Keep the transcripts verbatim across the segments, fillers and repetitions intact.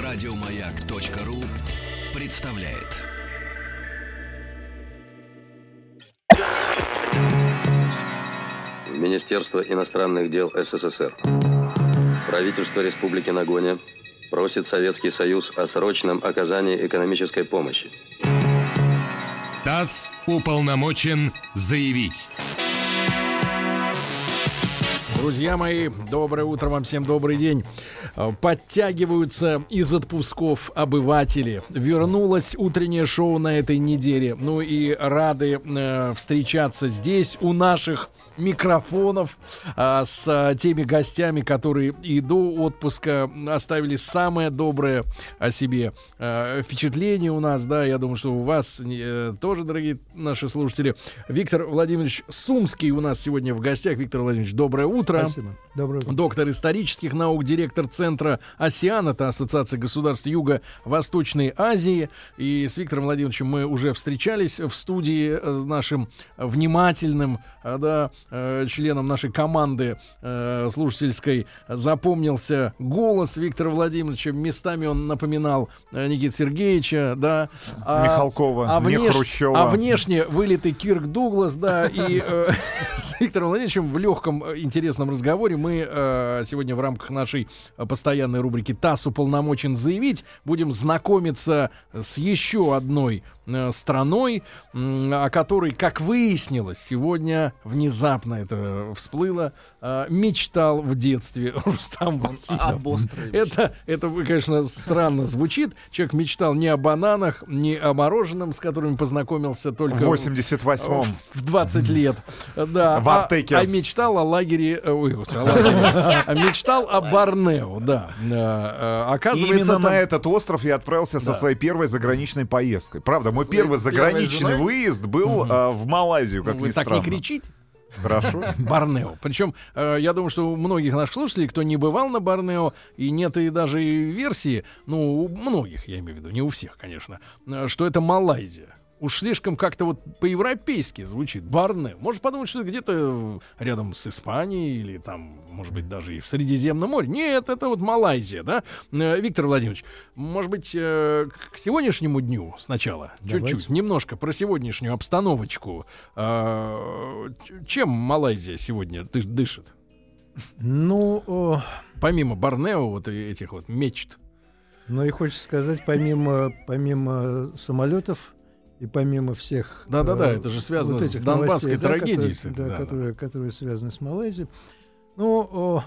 Радиомаяк.ру представляет. Министерство иностранных дел СССР. Правительство Республики Нагоня просит Советский Союз о срочном оказании экономической помощи. ТАСС уполномочен заявить. Друзья мои, доброе утро вам всем, добрый день. Подтягиваются из отпусков обыватели. Вернулось утреннее шоу на этой неделе. Ну и рады э, встречаться здесь у наших микрофонов э, с теми гостями, которые и до отпуска оставили самое доброе о себе э, впечатление у нас. Да, я думаю, что у вас э, тоже, дорогие наши слушатели. Виктор Владимирович Сумский у нас сегодня в гостях. Виктор Владимирович, доброе утро. Спасибо. Доброе утро. Доктор исторических наук, директор центра АСЕАН, это Ассоциация государств Юго-Восточной Азии. И с Виктором Владимировичем мы уже встречались в студии нашим внимательным, да, членом нашей команды слушательской. Запомнился голос Виктора Владимировича. Местами он напоминал Никиту Сергеевича, да. Михалкова, а, не внеш... Хрущева. А внешне вылитый Кирк Дуглас, да. И э, с Виктором Владимировичем в легком интересном разговоре мы э, сегодня в рамках нашей постоянной рубрики «ТАСС уполномочен заявить» будем знакомиться с еще одной э, страной, э, о которой, как выяснилось, сегодня внезапно это всплыло, э, мечтал в детстве Рустам Вахидов. Это, это, конечно, странно звучит. Человек мечтал не о бананах, не о мороженом, с которым познакомился только в восемьдесад восьмом в двадцать лет. Да, в Артеке. А, а мечтал о лагере, ой, о лагере, а мечтал о Борнео, да. А, оказывается, именно там... на этот остров я отправился да. со своей первой заграничной поездкой. Правда, мой Своей первый заграничный выезд был угу. а, в Малайзию, как ну, вы ни так странно. не кричите. Хорошо. Борнео. Причем, э, я думаю, что у многих наших слушателей, кто не бывал на Борнео, и нет и даже и версии, ну, у многих, я имею в виду, не у всех, конечно, э, что это Малайзия. Уж слишком как-то вот по-европейски звучит. Борнео. Может подумать, что это где-то рядом с Испанией или там, может быть, даже и в Средиземном море. Нет, это вот Малайзия, да? Э, Виктор Владимирович, может быть, э, к сегодняшнему дню сначала, Давайте. чуть-чуть, немножко про сегодняшнюю обстановочку. Э, чем Малайзия сегодня дыш- дышит? Ну, о... Помимо Борнео, вот этих вот мечт. Ну и хочется сказать, помимо, помимо самолетов, и помимо всех... Да-да-да, э, это же связано вот с донбасской новостей, трагедией. Да, которые, да, да, да. Которые, которые связаны с Малайзией. Ну, о,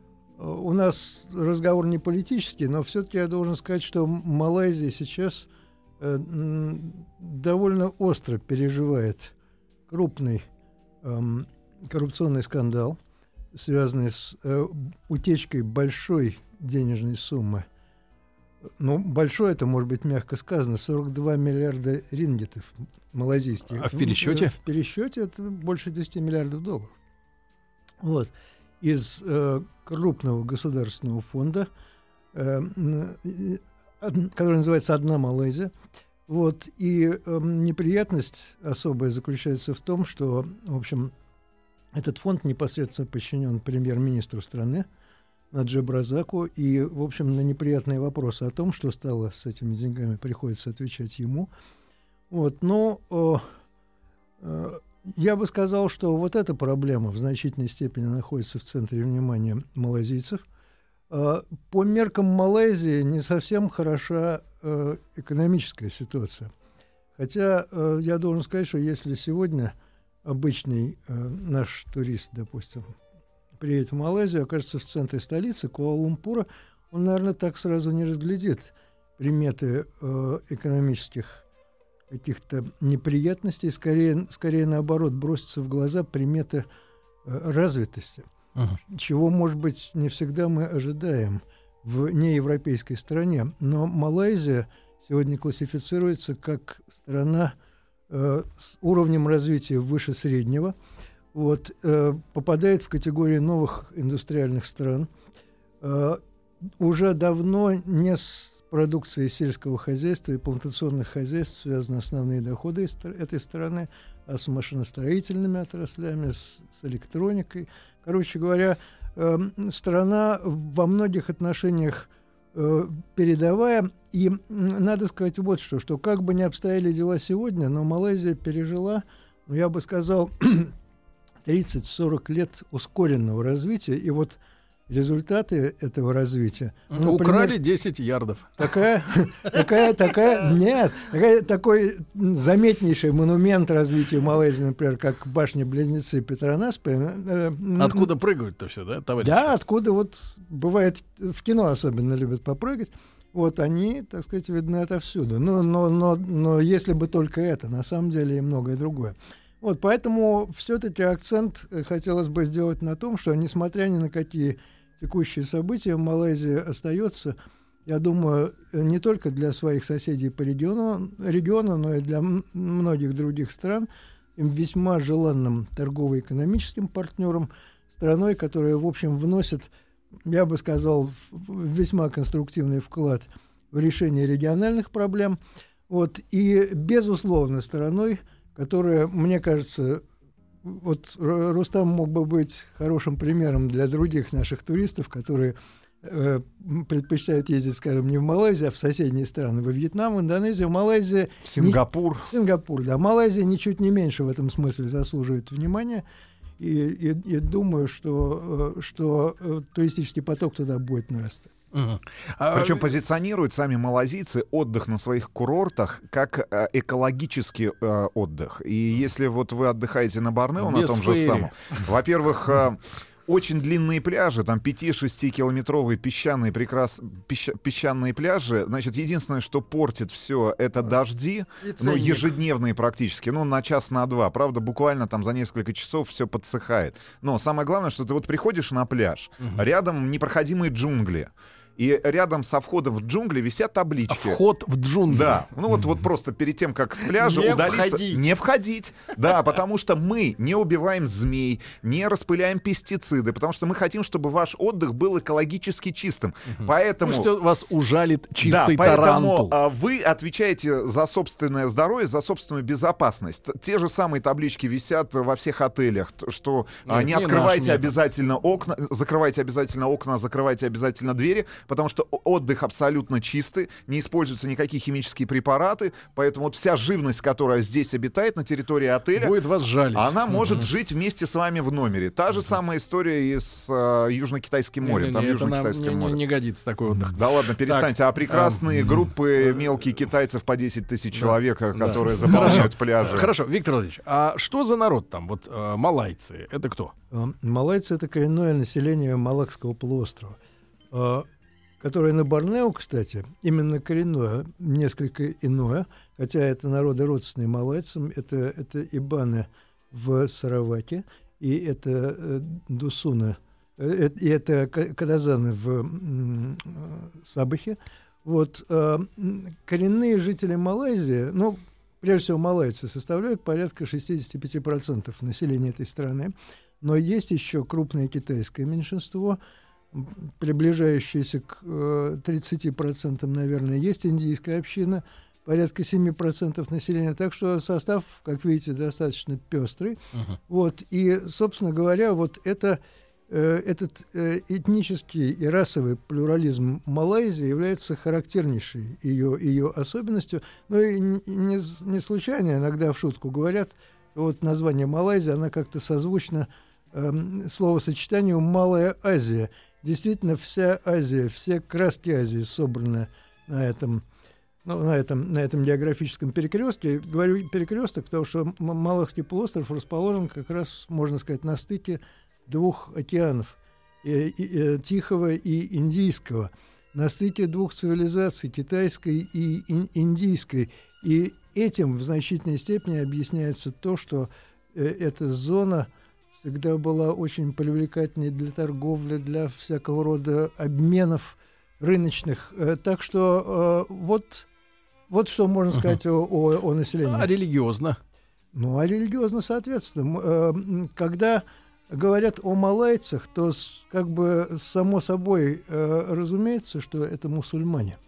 у нас разговор не политический, но все-таки я должен сказать, что Малайзия сейчас э, м, довольно остро переживает крупный э, коррупционный скандал, связанный с э, утечкой большой денежной суммы. Ну, большое это, может быть, мягко сказано, сорок два миллиарда рингитов малазийских. А в пересчете? В пересчете это больше десять миллиардов долларов. Вот. Из э, крупного государственного фонда, э, э, который называется «Одна Малайзия». Вот. И э, неприятность особая заключается в том, что, в общем, этот фонд непосредственно подчинен премьер-министру страны, Наджиб Разаку, и, в общем, на неприятные вопросы о том, что стало с этими деньгами, приходится отвечать ему. Вот, но о, о, я бы сказал, что вот эта проблема в значительной степени находится в центре внимания малайзийцев. О, по меркам Малайзии не совсем хороша о, экономическая ситуация. Хотя о, я должен сказать, что если сегодня обычный о, наш турист, допустим, приедет в Малайзию, окажется в центре столицы Куала-Лумпура, он, наверное, так сразу не разглядит приметы э, экономических каких-то неприятностей, скорее, скорее наоборот, бросится в глаза приметы э, развитости, uh-huh. чего, может быть, не всегда мы ожидаем в неевропейской стране. Но Малайзия сегодня классифицируется как страна э, с уровнем развития выше среднего, вот, э, попадает в категорию новых индустриальных стран. Э, уже давно не с продукцией сельского хозяйства и плантационных хозяйств связаны основные доходы из, этой страны, а с машиностроительными отраслями, с, с электроникой. Короче говоря, э, страна во многих отношениях э, передовая. И надо сказать вот что, что как бы ни обстояли дела сегодня, но Малайзия пережила, ну, я бы сказал, тридцать-сорок лет ускоренного развития. И вот результаты этого развития... Ну, украли десять ярдов. Такая, такая, такая, нет, такая, такой заметнейший монумент развития Малайзии, например, как башни-близнецы Петронаспи. Откуда прыгают-то все, да, товарищи? Да, откуда вот, бывает, в кино особенно любят попрыгать. Вот они, так сказать, видны отовсюду. Но, но, но, но если бы только это, на самом деле и многое другое. Вот, поэтому все-таки акцент хотелось бы сделать на том, что, несмотря ни на какие текущие события, Малайзия остается, я думаю, не только для своих соседей по региону, региону, но и для многих других стран, им весьма желанным торгово-экономическим партнером, страной, которая, в общем, вносит, я бы сказал, весьма конструктивный вклад в решение региональных проблем. Вот, и, безусловно, стороной, которая, мне кажется, вот Рустам мог бы быть хорошим примером для других наших туристов, которые э, предпочитают ездить, скажем, не в Малайзию, а в соседние страны, во Вьетнам, Индонезию, Малайзия... Сингапур. Не, Сингапур, да. Малайзия ничуть не меньше в этом смысле заслуживает внимания. И, и, и думаю, что, что туристический поток туда будет нарастать. Угу. Причем позиционируют сами малазийцы отдых на своих курортах как э, экологический э, отдых. И если вот вы отдыхаете на Борнео, Без на том фейри. же самом, во-первых, э, очень длинные пляжи, там пяти-шестикилометровые песчаные, прекрас... песч... песчаные пляжи. Значит, единственное, что портит все, это дожди, ну, ежедневные практически, ну, на час, на два. Правда, буквально там за несколько часов все подсыхает. Но самое главное, что ты вот приходишь на пляж, угу. рядом непроходимые джунгли. И рядом со входом в джунгли висят таблички. Вход в джунгли. Да. Ну вот, вот просто перед тем, как с пляжа не удалиться... Входить. Не входить. Да, потому что мы не убиваем змей, не распыляем пестициды, потому что мы хотим, чтобы ваш отдых был экологически чистым. Угу. Поэтому... Пусть вас ужалит чистый да, поэтому тарантул. А, вы отвечаете за собственное здоровье, за собственную безопасность. Те же самые таблички висят во всех отелях, что нет, не, не открывайте наш, обязательно окна, закрывайте обязательно окна, закрывайте обязательно двери, потому что отдых абсолютно чистый, не используются никакие химические препараты, поэтому вот вся живность, которая здесь обитает на территории отеля, будет вас жалить. Она может угу. жить вместе с вами в номере. Та же угу. самая история и с э, Южно-Китайским морем. Не, Там не, Южно-Китайское не, море. Не, не годится такой отдых. Да ладно, перестаньте. Так, а прекрасные а, группы мелкие китайцев по десять тысяч да, человек, которые да. заполняют пляжи. Хорошо, Виктор Владимирович, а что за народ там? Вот э, малайцы, это кто? Малайцы — это коренное население Малакского полуострова, которое на Борнео, кстати, именно коренное, несколько иное, хотя это народы родственные малайцам, это, это ибаны в Сараваке, и это э, дусуны, э, и это кадазаны в э, Сабахе. Вот, э, коренные жители Малайзии, ну, прежде всего малайцы, составляют порядка шестьдесят пять процентов населения этой страны, но есть еще крупное китайское меньшинство, приближающаяся к э, тридцати процентам, наверное, есть индийская община, порядка семь процентов населения. Так что состав, как видите, достаточно пестрый. Uh-huh. Вот, и, собственно говоря, вот это, э, этот э, этнический и расовый плюрализм Малайзии является характернейшей ее, ее особенностью. Ну и не, не случайно иногда в шутку говорят, что вот название Малайзии, она как-то созвучна э, словосочетанию «Малая Азия». Действительно, вся Азия, все краски Азии собраны на этом, ну, на этом, на этом географическом перекрестке. Говорю перекресток, потому что Малакский полуостров расположен как раз, можно сказать, на стыке двух океанов, и, и, и, Тихого и Индийского, на стыке двух цивилизаций, китайской и ин, индийской. И этим в значительной степени объясняется то, что э, эта зона всегда была очень привлекательной для торговли, для всякого рода обменов рыночных. Так что э, вот, вот что можно сказать uh-huh. о, о, о населении. А религиозно? Ну, а религиозно, соответственно. Э, когда говорят о малайцах, то с, как бы само собой э, разумеется, что это мусульмане.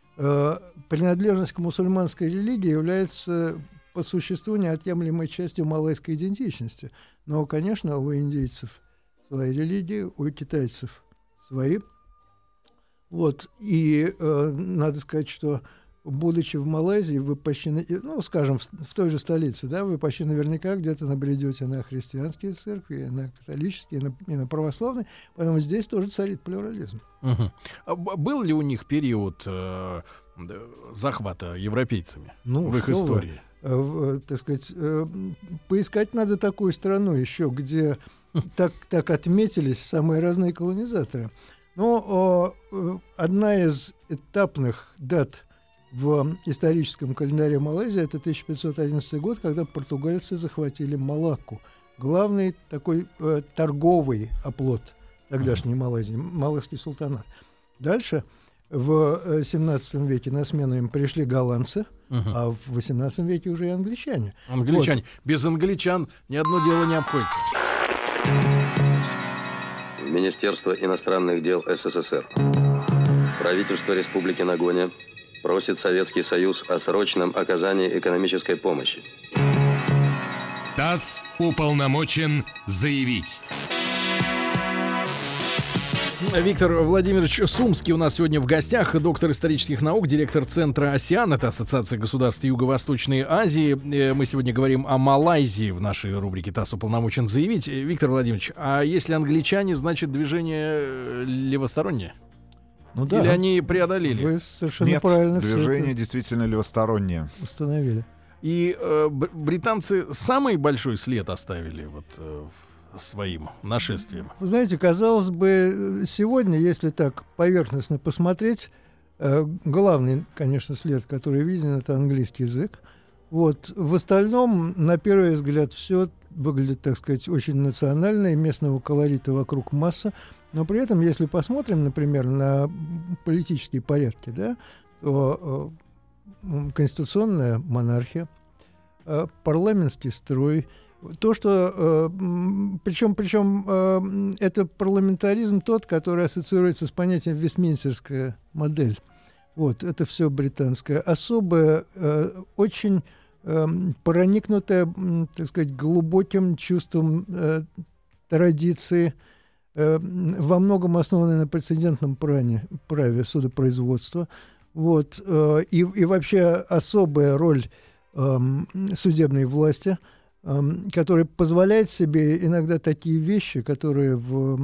Э, принадлежность к мусульманской религии является по существу неотъемлемой частью малайской идентичности. Но, конечно, у индейцев свои религии, у китайцев свои. Вот. И э, надо сказать, что будучи в Малайзии, вы почти, ну, скажем, в, в той же столице, да, вы почти наверняка где-то набредете на христианские церкви, на католические, и на, и на православные, поэтому здесь тоже царит плюрализм. Угу. А был ли у них период э, захвата европейцами ну, в их истории? Вы, э, так сказать, э, поискать надо такую страну еще, где так, так отметились самые разные колонизаторы. Но э, одна из этапных дат в историческом календаре Малайзии — это тысяча пятьсот одиннадцатый год, когда португальцы захватили Малакку. Главный такой э, торговый оплот тогдашней Малайзии, Малайский султанат. Дальше в семнадцатом веке на смену им пришли голландцы, uh-huh. а в восемнадцатом веке уже и англичане. Англичане. Вот. Без англичан ни одно дело не обходится. Министерство иностранных дел СССР. Правительство Республики Нагоня просит Советский Союз о срочном оказании экономической помощи. ТАСС уполномочен заявить. Виктор Владимирович Сумский у нас сегодня в гостях, доктор исторических наук, директор Центра АСЕАН, это Ассоциация государств Юго-Восточной Азии. Мы сегодня говорим о Малайзии в нашей рубрике «ТАСС уполномочен заявить». Виктор Владимирович, а если англичане, значит движение левостороннее? Ну да. Или они преодолели? Вы совершенно Нет, правильно движение действительно левостороннее. Установили. И э, британцы самый большой след оставили вот э, своим нашествием. Вы знаете, казалось бы, сегодня, если так поверхностно посмотреть, э, главный, конечно, след, который виден, это английский язык. Вот. В остальном, на первый взгляд, все выглядит, так сказать, очень национально, и местного колорита вокруг масса. Но при этом, если посмотрим, например, на политические порядки, да, то э, конституционная монархия, э, парламентский строй, то, что... Э, причем причем э, это парламентаризм тот, который ассоциируется с понятием «вестминстерская модель». Вот, это все британское. Особое, э, очень э, проникнутое, э, так сказать, глубоким чувством э, традиции, во многом основанный на прецедентном праве, праве судопроизводства. Вот, э, и, и вообще особая роль э, судебной власти, э, которая позволяет себе иногда такие вещи, которые в,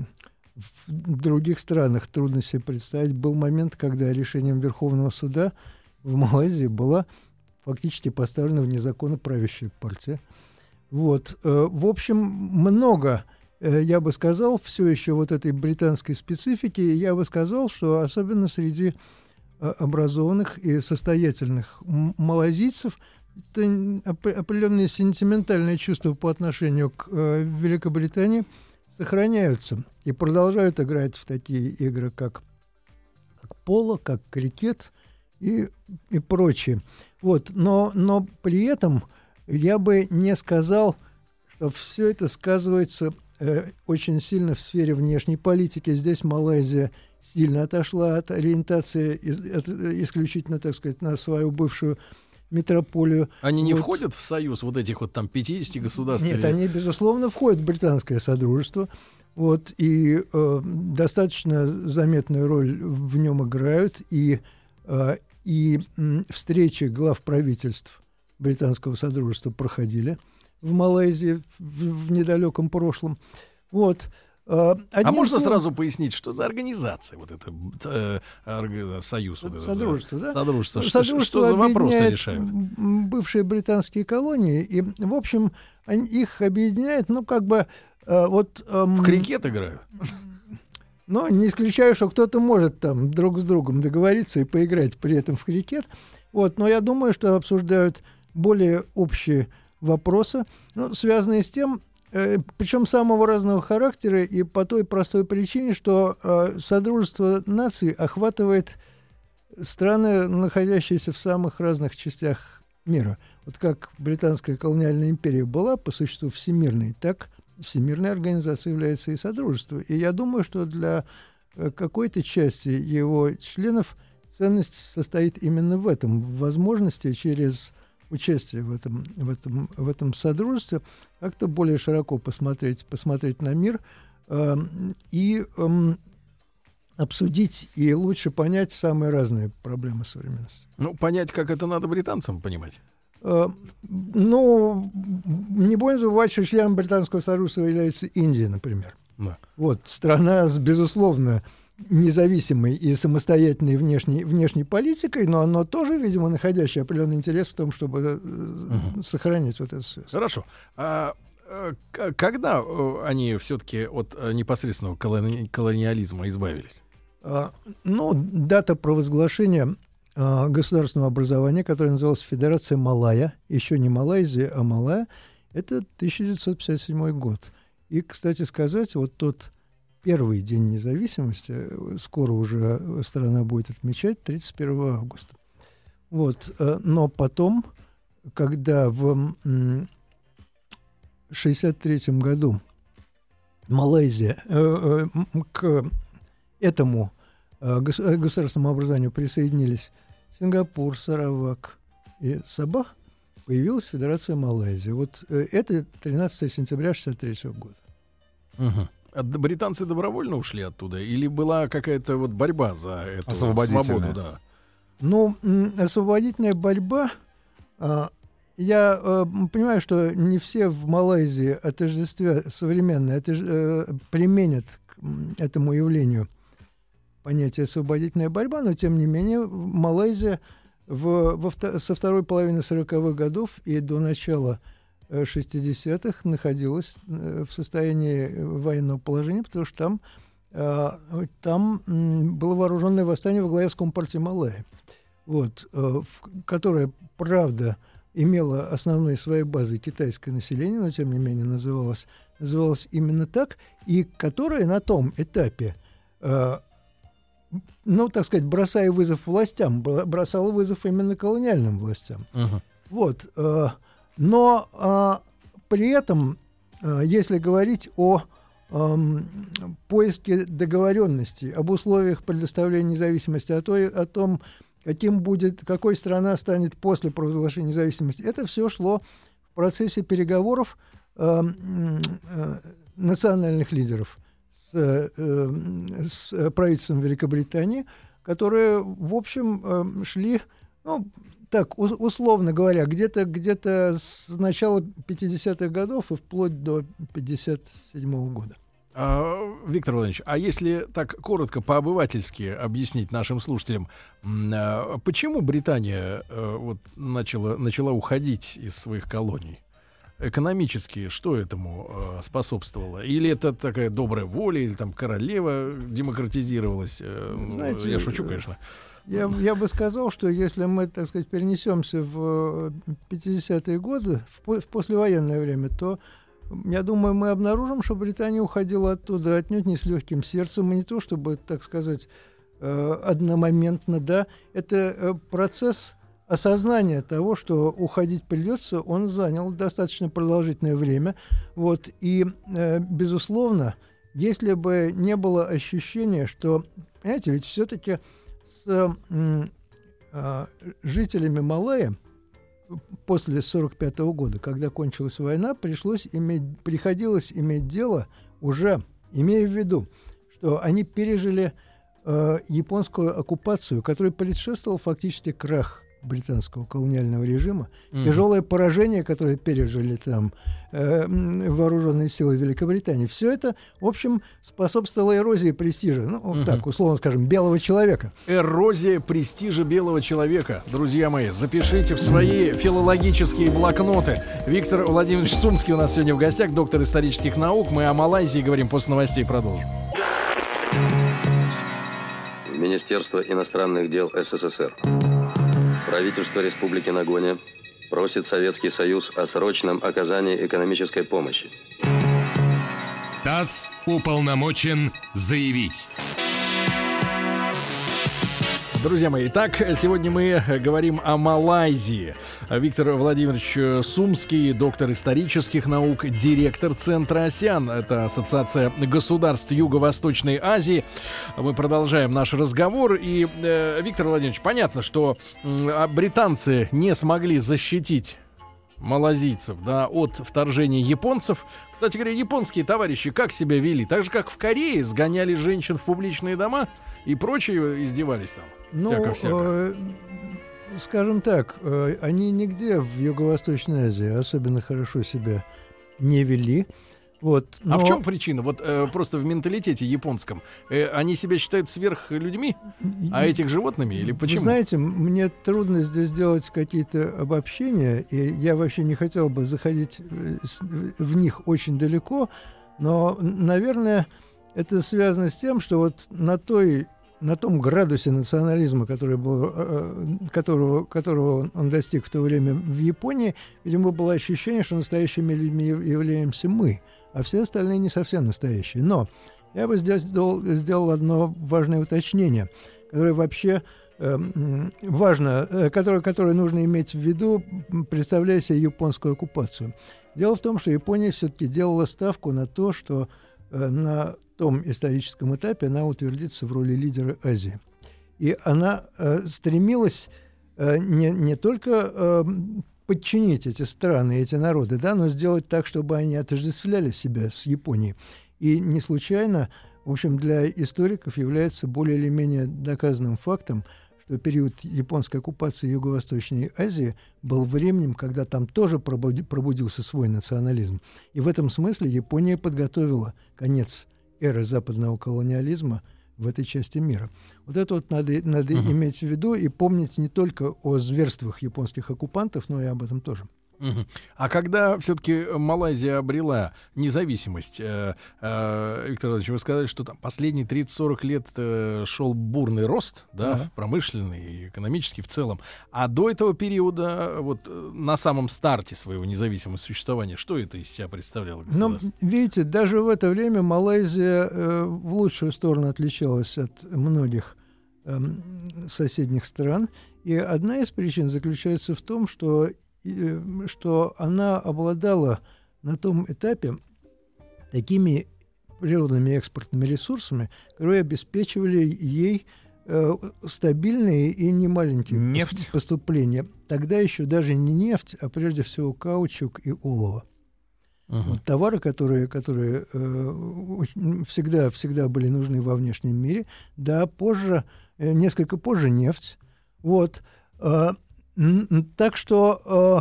в других странах трудно себе представить. Был момент, когда решением Верховного суда в Малайзии была фактически поставлена вне закона правящая партия. Вот, э, в общем, много... Я бы сказал, все еще вот этой британской специфики, я бы сказал, что особенно среди образованных и состоятельных малайзийцев это определенные сентиментальные чувства по отношению к Великобритании сохраняются и продолжают играть в такие игры, как, как поло, как крикет и, и прочее. Вот. Но, но при этом я бы не сказал, что все это сказывается очень сильно в сфере внешней политики. Здесь Малайзия сильно отошла от ориентации от, исключительно, так сказать, на свою бывшую метрополию. Они не вот. входят в союз вот этих вот там пятидесяти государств? Нет, или... они, безусловно, входят в британское содружество. Вот, и э, достаточно заметную роль в нем играют. И, э, и э, встречи глав правительств британского содружества проходили в Малайзии в, в недалеком прошлом. Вот. А можно словом... сразу пояснить, что за организация вот это э, э, союз? Вот Содружество, это, да? Содружество. Что, что, что за вопросы решают? Бывшие британские колонии, и, в общем, они, их объединяет, ну, как бы, э, вот... Эм, в крикет играют? Но не исключаю, что кто-то может там друг с другом договориться и поиграть при этом в крикет. Вот, но я думаю, что обсуждают более общие вопросы, ну, связанные с тем, э, причем самого разного характера, и по той простой причине, что э, Содружество наций охватывает страны, находящиеся в самых разных частях мира. Вот как Британская колониальная империя была по существу всемирной, так Всемирной организацией является и Содружество. И я думаю, что для э, какой-то части его членов ценность состоит именно в этом, в возможности через участие в этом, в этом, в этом содружестве, как-то более широко посмотреть, посмотреть на мир э, и э, обсудить и лучше понять самые разные проблемы современности. Ну, понять, как это надо британцам понимать. Uh, ну, не будем забывать, что членом британского союза является Индия, например. Да. Вот, страна с, безусловно, независимой и самостоятельной внешней, внешней политикой, но она тоже, видимо, находящая определенный интерес в том, чтобы uh-huh. сохранить вот эту связь. Хорошо. А, а когда они все-таки от непосредственного колони- колониализма избавились? Uh, ну, дата провозглашения государственного образования, которое называлось Федерация Малая, еще не Малайзия, а Малая, это тысяча девятьсот пятьдесят седьмой год. И, кстати сказать, вот тот первый день независимости, скоро уже страна будет отмечать, тридцать первого августа. Вот. Но потом, когда в шестьдесят третьем году Малайзия э, э, к этому э, государственному образованию присоединились Сингапур, Саравак и Сабах, появилась Федерация Малайзии. Вот э, это тринадцатого сентября шестьдесят третьего года. Угу. А британцы добровольно ушли оттуда? Или была какая-то вот борьба за эту свободу? Да. Ну, освободительная борьба... Э, я э, понимаю, что не все в Малайзии отождествят, современные отож, э, применят к этому явлению понятие освободительная борьба, но тем не менее Малайзия в, во, со второй половины сороковых годов и до начала шестидесятых находилась в состоянии военного положения, потому что там, э, там было вооруженное восстание во главе с Компартией Малайи, вот, э, в, которое, правда, имела основной своей базой китайское население, но тем не менее называлось, называлось именно так, и которое на том этапе, э, ну, так сказать, бросая вызов властям, бросало вызов именно колониальным властям. Uh-huh. Вот. Э, но э, при этом, э, если говорить о э, поиске договоренности, об условиях предоставления независимости, о, той, о том, каким будет, какой страна станет после провозглашения независимости, это все шло в процессе переговоров э, э, национальных лидеров с, э, с правительством Великобритании, которые, в общем, э, шли, ну, так, условно говоря, где-то, где-то с начала пятидесятых годов и вплоть до пятьдесят седьмого года. А, Виктор Владимирович, а если так коротко, по-обывательски объяснить нашим слушателям, почему Британия вот, начала, начала уходить из своих колоний? Экономически что этому способствовало? Или это такая добрая воля, или там королева демократизировалась? Знаете, я шучу, конечно. Я, я бы сказал, что если мы, так сказать, перенесемся в пятидесятые годы, в, в послевоенное время, то я думаю, мы обнаружим, что Британия уходила оттуда отнюдь не с легким сердцем, и не то, чтобы, так сказать, одномоментно, да. Это процесс осознания того, что уходить придется, он занял достаточно продолжительное время. Вот. И, безусловно, если бы не было ощущения, что, понимаете, ведь все-таки с э, жителями Малайи после сорок пятого года, когда кончилась война, пришлось иметь, приходилось иметь дело уже, имея в виду, что они пережили э, японскую оккупацию, которая предшествовала фактически крах британского колониального режима, mm-hmm. тяжелое поражение, которое пережили там э, вооруженные силы Великобритании. Все это, в общем, способствовало эрозии престижа, ну, mm-hmm. так, условно скажем, белого человека. Эрозия престижа белого человека. Друзья мои, запишите в свои филологические блокноты. Виктор Владимирович Сумский у нас сегодня в гостях, доктор исторических наук. Мы о Малайзии говорим, после новостей продолжим. Министерство иностранных дел СССР. Правительство Республики Нагоня просит Советский Союз о срочном оказании экономической помощи. ТАСС уполномочен заявить. Друзья мои, итак, сегодня мы говорим о Малайзии. Виктор Владимирович Сумский, доктор исторических наук, директор Центра АСЕАН. Это Ассоциация государств Юго-Восточной Азии. Мы продолжаем наш разговор. И, э, Виктор Владимирович, понятно, что э, британцы не смогли защитить малазийцев, да, от вторжения японцев. Кстати говоря, японские товарищи как себя вели? Так же, как в Корее, сгоняли женщин в публичные дома и прочие издевались там. Ну, всяко-всяко. э, скажем так, э, они нигде в Юго-Восточной Азии особенно хорошо себя не вели. Вот, но... А в чем причина? Вот э, просто в менталитете японском. Э, они себя считают сверхлюдьми, а этих животными? Или почему? Вы знаете, мне трудно здесь делать какие-то обобщения, и я вообще не хотел бы заходить в них очень далеко, но, наверное, это связано с тем, что вот на той... на том градусе национализма, который был, которого, которого он достиг в то время в Японии, видимо, было ощущение, что настоящими людьми являемся мы, а все остальные не совсем настоящие. Но я бы здесь сделал, сделал одно важное уточнение, которое вообще э, важно, э, которое, которое нужно иметь в виду, представляя себе японскую оккупацию. Дело в том, что Япония все-таки делала ставку на то, что э, на том историческом этапе она утвердится в роли лидера Азии. И она э, стремилась э, не, не только э, подчинить эти страны, эти народы, да, но сделать так, чтобы они отождествляли себя с Японией. И не случайно, в общем, для историков является более или менее доказанным фактом, что период японской оккупации Юго-Восточной Азии был временем, когда там тоже пробуди- пробудился свой национализм. И в этом смысле Япония подготовила конец эры западного колониализма в этой части мира. Вот это вот надо, надо uh-huh. иметь в виду и помнить не только о зверствах японских оккупантов, но и об этом тоже. Uh-huh. А когда все-таки Малайзия обрела независимость, э, э, Виктор Иванович, вы сказали, что там последние тридцать-сорок лет э, шел бурный рост, да, uh-huh. промышленный и экономический в целом. А до этого периода, вот на самом старте своего независимого существования, что это из себя представляло? Ну, видите, даже в это время Малайзия э, в лучшую сторону отличалась от многих э, соседних стран. И одна из причин заключается в том, что что она обладала на том этапе такими природными экспортными ресурсами, которые обеспечивали ей э, стабильные и немаленькие нефть. поступления. Тогда еще даже не нефть, а прежде всего каучук и олово. Uh-huh. Вот товары, которые, которые э, всегда, всегда были нужны во внешнем мире. Да, позже, э, несколько позже нефть. Вот. Э, Так что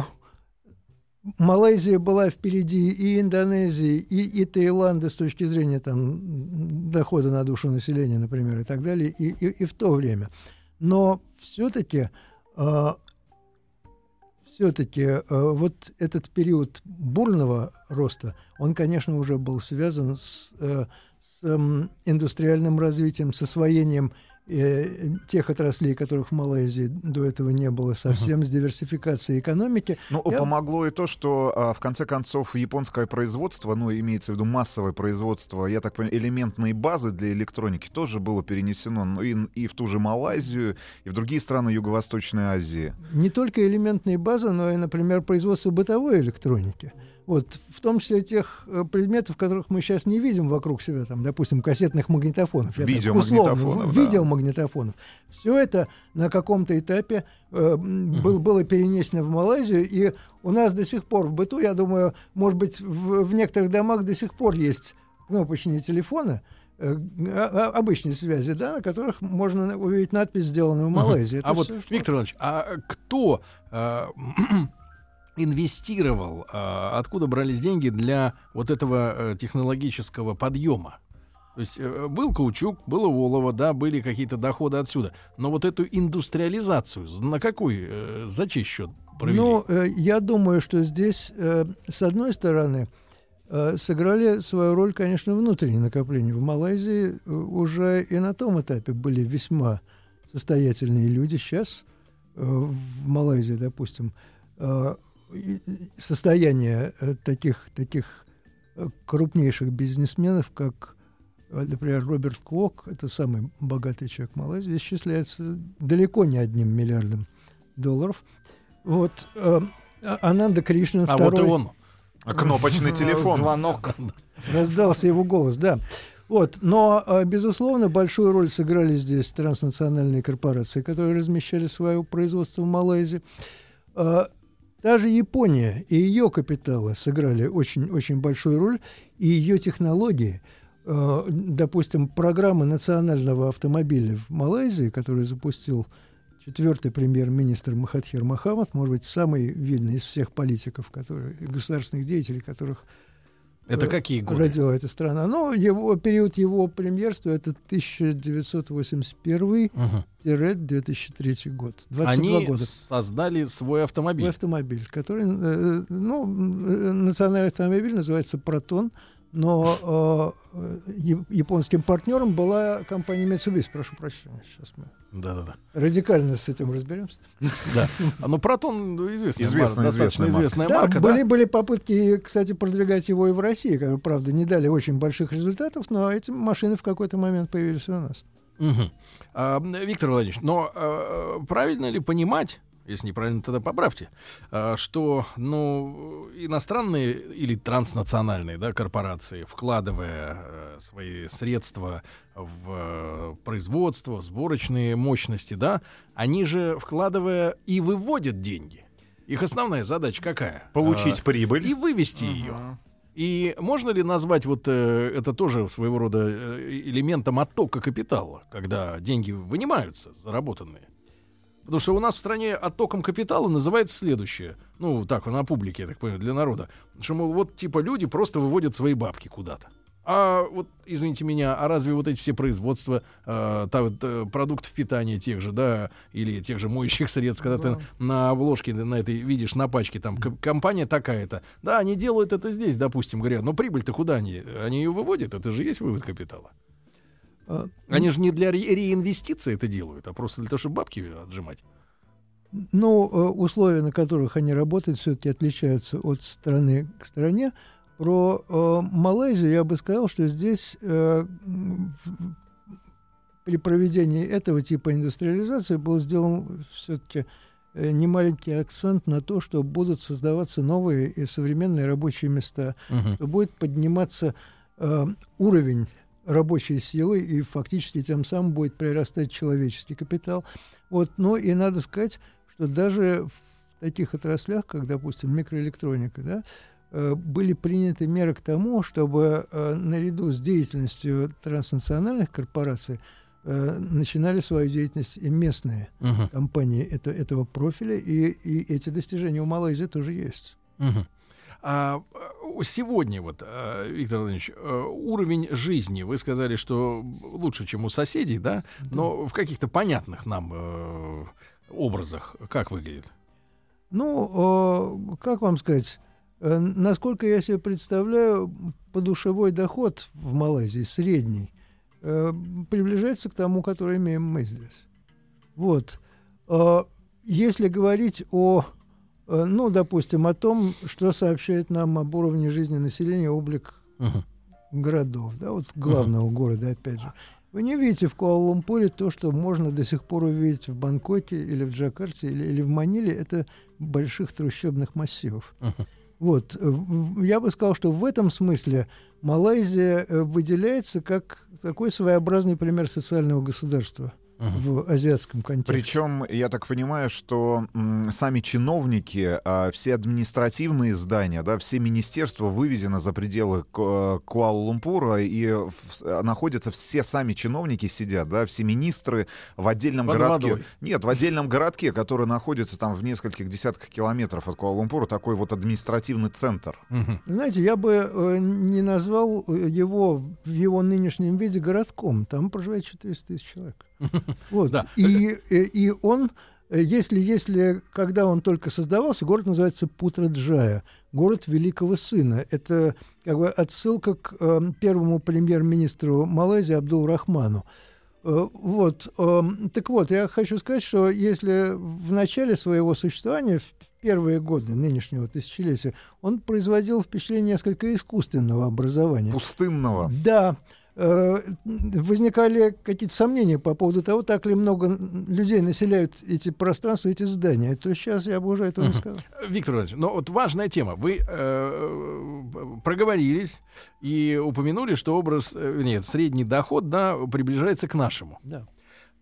э, Малайзия была впереди и Индонезии, и, и Таиланда с точки зрения там, дохода на душу населения, например, и так далее, и, и, и в то время. Но все-таки, э, все-таки э, вот этот период бурного роста, он, конечно, уже был связан с, э, с э, индустриальным развитием, с освоением тех отраслей, которых в Малайзии до этого не было совсем, uh-huh. с диверсификацией экономики. Ну, Я... помогло и то, что, а, в конце концов, японское производство, ну, имеется в виду массовое производство, я так понимаю, элементной базы для электроники тоже было перенесено ну, и, и в ту же Малайзию, и в другие страны Юго-Восточной Азии. Не только элементные базы, но и, например, производство бытовой электроники. Вот, в том числе тех э, предметов, которых мы сейчас не видим вокруг себя, там, допустим, кассетных магнитофонов, видеомагнитофонов, да. видеомагнитофонов. Все это на каком-то этапе э, был, было перенесено в Малайзию, и у нас до сих пор в быту, я думаю, может быть, в, в некоторых домах до сих пор есть кнопочные телефоны, э, а, обычные связи, да, на которых можно увидеть надпись «Сделано в Малайзии». Uh-huh. А вот, все, что... Виктор Иванович, а кто... Э, инвестировал, а, откуда брались деньги для вот этого а, технологического подъема? То есть а, был каучук, было олово, да, были какие-то доходы отсюда. Но вот эту индустриализацию на какой, а, за чей счет провели? Ну, э, я думаю, что здесь, э, с одной стороны, э, сыграли свою роль, конечно, внутренние накопления. В Малайзии уже и на том этапе были весьма состоятельные люди. Сейчас э, в Малайзии, допустим, э, состояние э, таких, таких э, крупнейших бизнесменов, как, э, например, Роберт Квок, это самый богатый человек Малайзии, исчисляется далеко не одним миллиардом долларов. Вот э, Ананда Кришнан, а второй... вот и он. А кнопочный телефон. Звонок. Раздался его голос, да. Вот. Но, э, безусловно, большую роль сыграли здесь транснациональные корпорации, которые размещали свое производство в Малайзии. Э, Та же Япония и ее капиталы сыграли очень, очень большую роль, и ее технологии. Э, допустим, программа национального автомобиля в Малайзии, которую запустил четвертый премьер-министр Махатхир Мохаммад, может быть, самый видный из всех политиков, которые, государственных деятелей, которых Это какие годы? родила эта страна. Ну, его, период его премьерства — это тысяча девятьсот восемьдесят первый — две тысячи третий год. двадцать два Они года. создали свой автомобиль. Свой автомобиль, который, э, ну, э, национальный автомобиль называется «Протон», но э, японским партнером была компания Mitsubishi. Прошу прощения, сейчас мы Да-да-да. радикально с этим разберемся. Да. А ну Протон известная, Известная, марка, достаточно известная известная Да, марка. были, да? были попытки, кстати, продвигать его и в России, которые, правда, не дали очень больших результатов, но эти машины в какой-то момент появились и у нас. Мгм. А, Виктор Владимирович, но а, правильно ли понимать, если неправильно, тогда поправьте, а, что, ну, иностранные или транснациональные, да, корпорации, вкладывая а, свои средства в а, производство, в сборочные мощности, да, они же, вкладывая, и выводят деньги. Их основная задача какая? Получить А, прибыль. И вывести ее. И можно ли назвать вот э, это тоже своего рода э, элементом оттока капитала, когда деньги вынимаются, заработанные? Потому что у нас в стране оттоком капитала называется следующее. Ну, так, на публике, я так понимаю, для народа. Что, мол, вот типа люди просто выводят свои бабки куда-то. А вот, извините меня, а разве вот эти все производства э, та, вот, э, продуктов питания тех же, да, или тех же моющих средств, когда Да. ты на обложке на этой видишь, на пачке, там, к- компания такая-то, да, они делают это здесь, допустим, говорят, но прибыль-то куда они? Они ее выводят, это же есть вывод капитала. А, Они же не для ре- реинвестиции это делают, а просто для того, чтобы бабки отжимать. Ну, э, условия, на которых они работают, все-таки отличаются от страны к стране. Про э, Малайзию я бы сказал, что здесь э, м, в- при проведении этого типа индустриализации был сделан все-таки э, немаленький акцент на то, что будут создаваться новые и современные рабочие места, Мгм. что будет подниматься э, уровень рабочей силы, и фактически тем самым будет прирастать человеческий капитал. Вот. Ну и надо сказать, что даже в таких отраслях, как, допустим, микроэлектроника, да, э, были приняты меры к тому, чтобы э, наряду с деятельностью транснациональных корпораций э, начинали свою деятельность и местные Мгм. компании это, этого профиля, и, и эти достижения у Малайзии тоже есть. Мгм. А э, сегодня вот, э, Виктор Владимирович, э, уровень жизни, вы сказали, что лучше, чем у соседей, да? Но в каких-то понятных нам э, образах как выглядит? Ну, э, как вам сказать, э, насколько я себе представляю, подушевой доход в Малайзии средний э, приближается к тому, который имеем мы здесь. Вот. Э, если говорить о, э, ну, допустим, о том, что сообщает нам об уровне жизни населения облик Мгм. городов, да, вот главного города, опять же. Вы не видите в Куала-Лумпуре то, что можно до сих пор увидеть в Бангкоке или в Джакарте или, или в Маниле, это больших трущобных массивов. Мгм. Вот. э, в- Я бы сказал, что в этом смысле Малайзия э, выделяется как такой своеобразный пример социального государства Мгм. в азиатском контексте. Причем, я так понимаю, что м, сами чиновники, а, все административные здания, да, все министерства вывезены за пределы Ку- Куала-Лумпура, и в- с- находятся все сами чиновники сидят, да, все министры в отдельном Под городке. водой. Нет, в отдельном городке, который находится там в нескольких десятках километров от Куала-Лумпура, такой вот административный центр. Мгм. Знаете, я бы э, не назвал э, его в его нынешнем виде городком. Там проживает четыреста тысяч человек. Вот. Да. И, э, и он, э, если, если, когда он только создавался, город называется Путраджая, город великого сына. Это как бы отсылка к э, первому премьер-министру Малайзии Абдул-Рахману. Э, Вот. э, Так вот, я хочу сказать, что если в начале своего существования, в первые годы нынешнего тысячелетия, он производил впечатление несколько искусственного образования. Пустынного. Да, э, возникали какие-то сомнения по поводу того, так ли много н- людей населяют эти пространства, эти здания. То сейчас я бы уже этого не Мгм. сказал. Виктор Владимирович, но вот важная тема. Вы э, проговорились и упомянули, что образ, э, нет, средний доход, да, приближается к нашему. Да.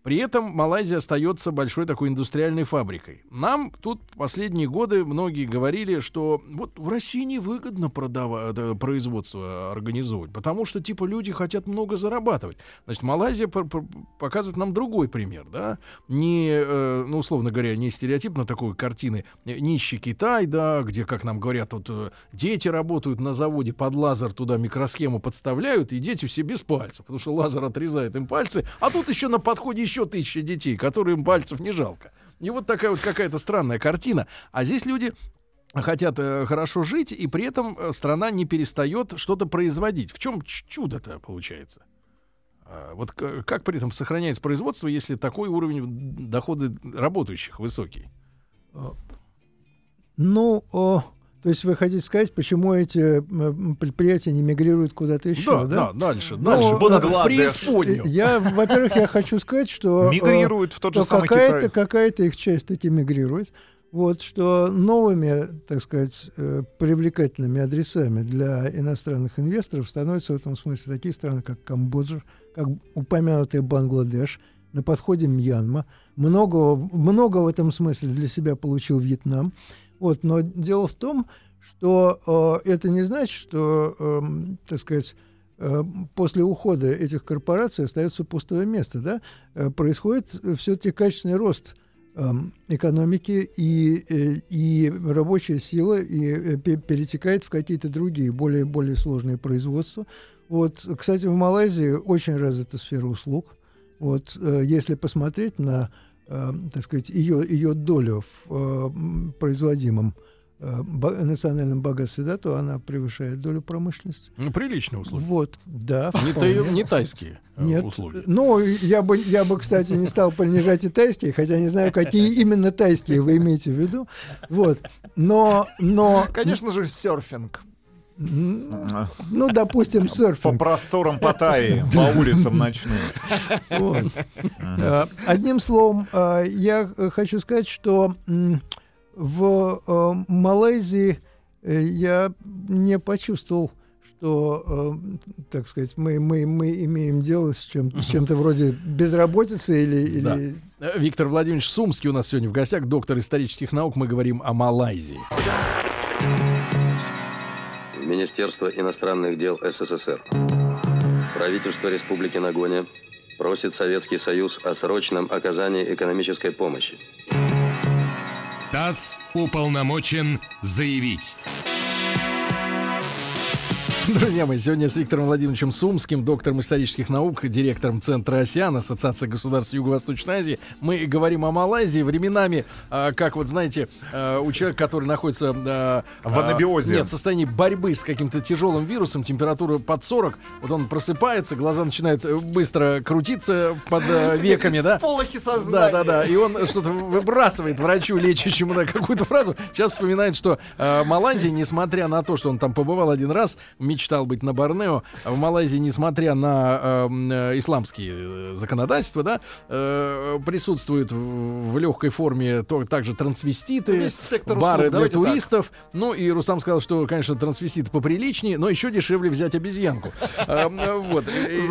При этом Малайзия остается большой такой индустриальной фабрикой. Нам тут последние годы многие говорили, что вот в России невыгодно продавать, производство организовывать, потому что типа люди хотят много зарабатывать. Значит, Малайзия показывает нам другой пример, да, не, ну, условно говоря, не стереотипно такой картины нищий Китай, да, где, как нам говорят, вот дети работают на заводе под лазер, туда микросхему подставляют, и дети все без пальцев, потому что лазер отрезает им пальцы, а тут еще на подходе еще еще тысячи детей, которым пальцев не жалко. И вот такая вот какая-то странная картина. А здесь люди хотят э, хорошо жить, и при этом страна не перестает что-то производить. В чем чудо-то получается? А, вот к- как при этом сохраняется производство, если такой уровень дохода работающих высокий? Ну, о... То есть вы хотите сказать, почему эти предприятия не мигрируют куда-то еще, да? Да, да, дальше, ну, дальше. В преисподнюю. Я, во-первых, я хочу сказать, что... Мигрируют в тот же самый какая-то, Китай. какая-то их часть таки мигрирует. Вот, что новыми, так сказать, привлекательными адресами для иностранных инвесторов становятся в этом смысле такие страны, как Камбоджа, как упомянутый Бангладеш, на подходе Мьянма. Много, много в этом смысле для себя получил Вьетнам. Вот, но дело в том, что э, это не значит, что, э, так сказать, э, после ухода этих корпораций остается пустое место. Да? Э, происходит все-таки качественный рост э, экономики, и, э, и рабочая сила и, э, перетекает в какие-то другие, более, более сложные производства. Вот, кстати, в Малайзии очень развита сфера услуг. Вот, э, если посмотреть на Э, так сказать, ее, ее долю в э, производимом э, бо- национальном богатстве, да, то она превышает долю промышленности. Ну, приличные услуги. Вот, да. Не, тай, не тайские э, Нет. услуги. Ну, я бы, я бы, кстати, не стал понижать и тайские, хотя не знаю, какие именно тайские вы имеете в виду. Вот. Но, но... Конечно же, серфинг. Ну, допустим, По серфинг. просторам Паттайи, по улицам ночным. Вот. Э, Одним словом, э, я хочу сказать, что м, в э, Малайзии э, я не почувствовал, что, э, так сказать, мы, мы, мы имеем дело с, чем, с чем-то вроде безработицы или... Да. или... Виктор Владимирович Сумский у нас сегодня в гостях, доктор исторических наук. Мы говорим о Малайзии. Министерство иностранных дел СССР. Правительство Республики Нагоня просит Советский Союз о срочном оказании экономической помощи. ТАСС уполномочен заявить. Друзья мои, сегодня с Виктором Владимировичем Сумским, доктором исторических наук, директором Центра АСЕАН, Ассоциации государств Юго-Восточной Азии, мы говорим о Малайзии. Временами, э, как вот знаете, э, у человека, который находится э, в анабиозе, э, нет, в состоянии борьбы с каким-то тяжелым вирусом, температура под сорок, вот он просыпается, глаза начинают быстро крутиться под э, веками, да? Сполохи сознания. Да, да, да. И он что-то выбрасывает врачу, лечащему на какую-то фразу. Сейчас вспоминает, что э, Малайзия, несмотря на то, что он там побывал один раз, мечтал быть на Борнео, в Малайзии, несмотря на э, исламские законодательства, да, э, присутствуют в, в легкой форме то, также трансвеститы, бары услуг, для туристов. Так. Ну и Рустам сказал, что, конечно, трансвеститы поприличнее, но еще дешевле взять обезьянку. Вот.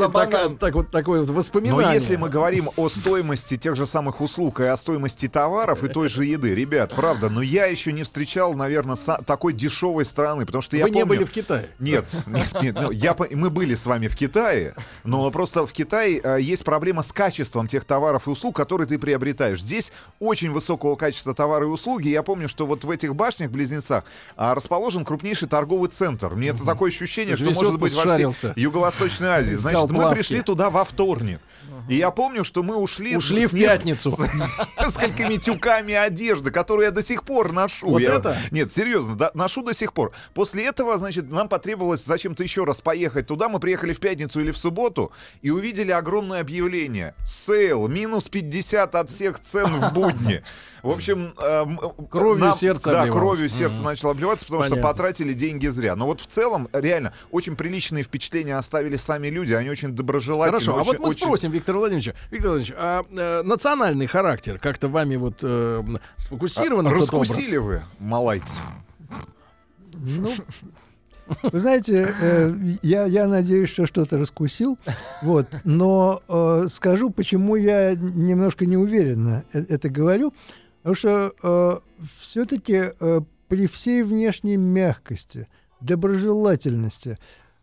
Так вот такое вот воспоминание. Но если мы говорим о стоимости тех же самых услуг и о стоимости товаров и той же еды, ребят, правда, но я еще не встречал, наверное, такой дешевой страны, потому что я помню... Вы не помню... были в Китае? Нет, нет, нет, ну, я, мы были с вами в Китае, но просто в Китае э, есть проблема с качеством тех товаров и услуг, которые ты приобретаешь. Здесь очень высокого качества товары и услуги. Я помню, что вот в этих башнях-близнецах а, расположен крупнейший торговый центр. Мне это такое ощущение, что может быть во всей Юго-Восточной Азии. Значит, мы пришли туда во вторник. И я помню, что мы ушли... Ушли в пятницу. С несколькими тюками одежды, которую я до сих пор ношу. Вот я... это? Нет, серьезно, да, ношу до сих пор. После этого, значит, нам потребовалось зачем-то еще раз поехать туда. Мы приехали в пятницу или в субботу и увидели огромное объявление. Сейл, минус пятьдесят от всех цен в будни. В общем, э, кровью нам, сердце да, обливалось. кровью сердце mm-hmm. начало обливаться, потому Понятно. Что потратили деньги зря. Но вот в целом, реально, очень приличные впечатления оставили сами люди. Они очень доброжелательны. Хорошо, очень, а вот мы очень... спросим Виктора Владимировича. Виктор Владимирович, а э, национальный характер как-то вами вот э, сфокусирован? А, тот образ? раскусили вы, малайцы? Ну... Вы знаете, э, я, я надеюсь, что что-то раскусил, вот, но э, скажу, почему я немножко неуверенно это говорю. Потому что э, все-таки э, при всей внешней мягкости, доброжелательности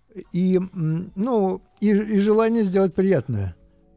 и, ну, и, и желании сделать приятное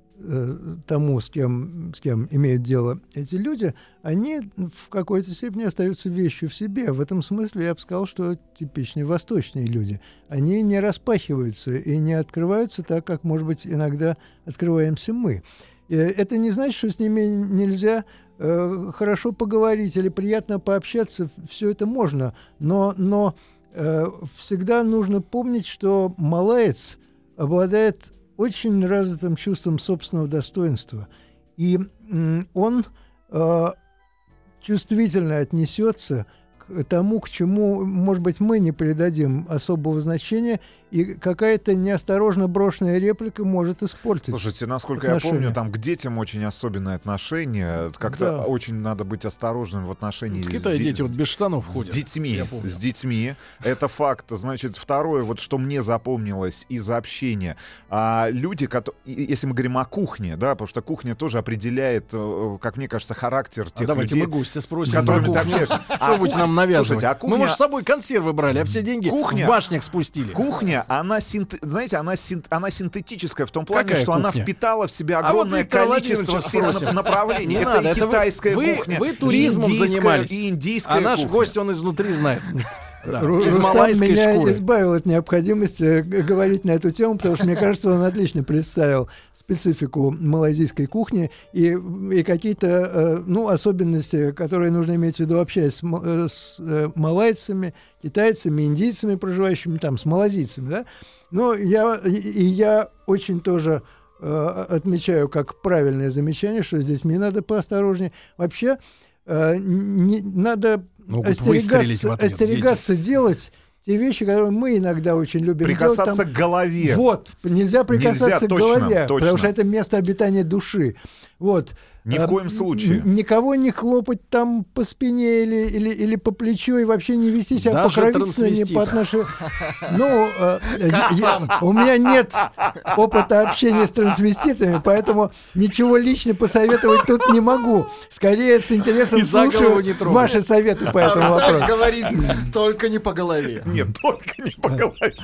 э, тому, с кем, с кем имеют дело эти люди, они в какой-то степени остаются вещью в себе. В этом смысле я бы сказал, что типичные восточные люди. Они не распахиваются и не открываются так, как, может быть, иногда открываемся мы. И это не значит, что с ними нельзя хорошо поговорить или приятно пообщаться, все это можно, но, но э, всегда нужно помнить, что малаец обладает очень развитым чувством собственного достоинства, и э, он э, чувствительно отнесется к тому, к чему, может быть, мы не придадим особого значения, и какая-то неосторожно брошенная реплика может испортить. Слушайте, насколько отношения. я помню, там к детям очень особенное отношение. Как-то Да. очень надо быть осторожным в отношении В с, Китае де- дети вот без штанов с ходят. детьми. Я помню. С детьми. Это факт. Значит, второе, вот что мне запомнилось из общения. А, люди, кото- и- если мы говорим о кухне, да, потому что кухня тоже определяет, э, как мне кажется, характер тех А давайте людей, мы гостя с спросим, которыми про ты кухню. общаешься. А Что будете кух- нам навязывать? Слушайте, а Мы, кухня- может, с собой консервы брали, а все деньги Кухня- в башнях спустили. Кухня, она, синт... знаете, она, син... она синтетическая в том плане, Какая что она кухня? впитала в себя А вот огромное Виктора количество Владимировича всех спросим. направлений. Не это надо, и это вы- китайская вы- кухня, вы туризмом и индийская, занимались. и индийская А наш кухня. гость, он изнутри знает. Да, Ру- из Рустам малайской меня шкуры. избавил от необходимости г- говорить на эту тему, потому что, мне кажется, он отлично представил специфику малайзийской кухни и, и какие-то э, ну, особенности, которые нужно иметь в виду, общаясь с, ма- э, с э, малайцами, китайцами, индийцами, проживающими там, с малазийцами. Да? Но я, и, и я очень тоже э, отмечаю как правильное замечание, что здесь мне надо поосторожнее. Вообще э, не, надо Могут выстрелить в остерегаться, ответ, остерегаться делать те вещи, которые мы иногда очень любим Прикасаться делать. к голове. Вот, нельзя прикасаться Нельзя, к точно, голове, точно. потому что это место обитания души. Вот. Ни в А, коем случае. н- Никого не хлопать там по спине или, или, или по плечу, и вообще не вести себя Даже покровительственно не трансвестит. по отношению... Ну, э, я- я- у меня нет опыта общения с трансвеститами, поэтому ничего лично посоветовать тут не могу. Скорее, с интересом И за голову слушаю не трогай. ваши советы по этому Рустам вопросу. говорит, только не по голове. Нет, только не по голове.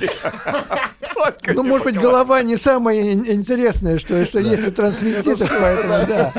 Только Ну, не может по быть, голове. голова не самое ин- интересное, что, что есть у трансвеститов, поэтому, да.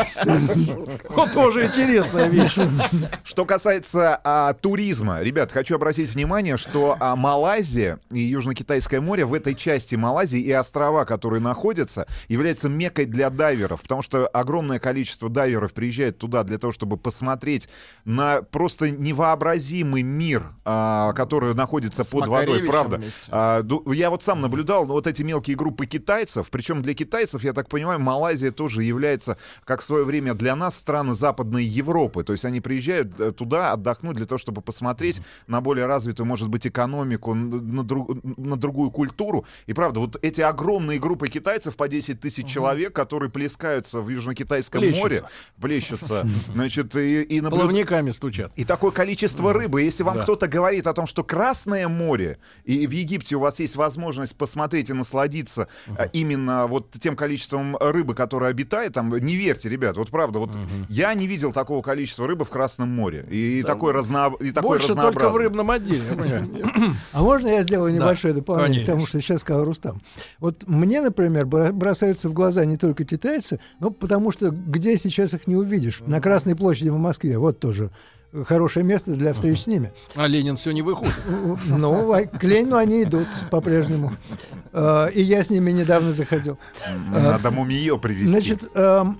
Вот тоже интересная вещь. Что касается а, туризма, ребят, хочу обратить внимание, что а, Малайзия и Южно-Китайское море в этой части Малайзии и острова, которые находятся, являются меккой для дайверов, потому что огромное количество дайверов приезжает туда для того, чтобы посмотреть на просто невообразимый мир, а, который находится С под водой, Макаревичем правда. вместе. А, ду- я вот сам наблюдал ну, вот эти мелкие группы китайцев, причем для китайцев, я так понимаю, Малайзия тоже является, как в свое время для нас, страны Западной Европы. То есть они приезжают э, туда отдохнуть для того, чтобы посмотреть на более развитую, может быть, экономику, н- на, дру- на другую культуру. И правда, вот эти огромные группы китайцев по десять тысяч человек, которые плескаются в Южно-Китайском Плещутся. море, плещутся, значит, и, и наблюдают. Плавниками стучат. И такое количество рыбы. Если вам Да. кто-то говорит о том, что Красное море, и в Египте у вас есть возможность посмотреть и насладиться а, именно вот тем количеством рыбы, которая обитает там, не верьте, ребят, вот правда, вот я не видел такого количества рыбы в Красном море. И, такой, разно... и такой Больше только в разнообразный. рыбном отделе. я понимаю. А можно я сделаю небольшое дополнение конечно. к тому, что сейчас сказал Рустам? Вот мне, например, бро- бросаются в глаза не только китайцы, но потому что где сейчас их не увидишь? На Красной площади в Москве. Вот тоже хорошее место для встреч с ними. А Ленин все не выходит. Ну, а к Ленину они идут по-прежнему. Э, И я с ними недавно заходил. Надо мумиё привезти. Значит, эм,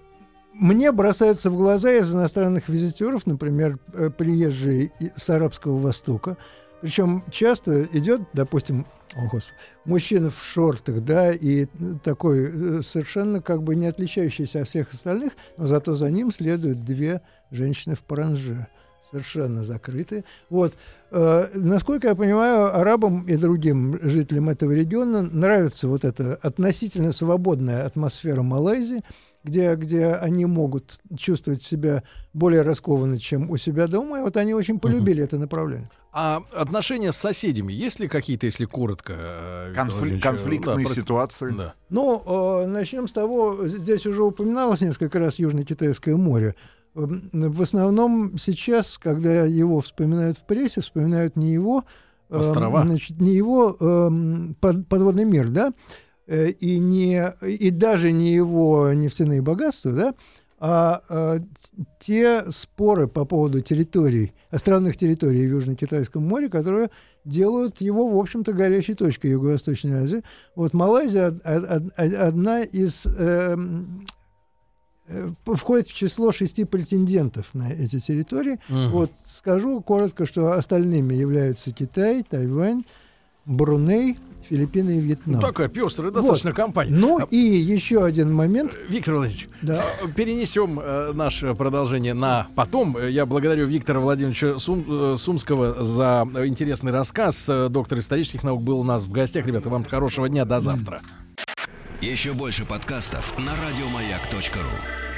мне бросаются в глаза из иностранных визитеров, например, э, приезжие и- с Арабского Востока. Причем часто идет, допустим, о, Господи, мужчина в шортах, да, и такой э, совершенно как бы не отличающийся от всех остальных, но зато за ним следуют две женщины в паранже, совершенно закрытые. Вот. Э, насколько я понимаю, арабам и другим жителям этого региона нравится вот эта относительно свободная атмосфера Малайзии, где, где они могут чувствовать себя более раскованно, чем у себя дома. И вот они очень полюбили это направление. А отношения с соседями, есть ли какие-то, если коротко? э, Виктор Конфли- Владимирович, конфликтные да, про- ситуации. Да. Ну, э, начнем с того, здесь уже упоминалось несколько раз Южно-Китайское море. Эм, В основном сейчас, когда его вспоминают в прессе, вспоминают не его, эм, Острова. значит, не его эм, под- подводный мир, да, э, и, не, и даже не его нефтяные богатства, да, а э, те споры по поводу территорий, островных территорий в Южно-Китайском море, которые делают его, в общем-то, горячей точкой Юго-Восточной Азии. Вот Малайзия од- од- од- одна из... эм, э, входит в число шести претендентов на эти территории. Мгм. Вот скажу коротко, что остальными являются Китай, Тайвань, Бруней, Филиппины и Вьетнам. Ну, такая пестрая достаточно компания. Ну и еще один момент. Виктор Владимирович, Да. э, перенесем э, наше продолжение на потом. Э, Я благодарю Виктора Владимировича Сум- э, Сумского за э, интересный рассказ. Э, Доктор исторических наук был у нас в гостях. Ребята, вам хорошего дня. До завтра. Еще больше подкастов на радиомаяк точка ру.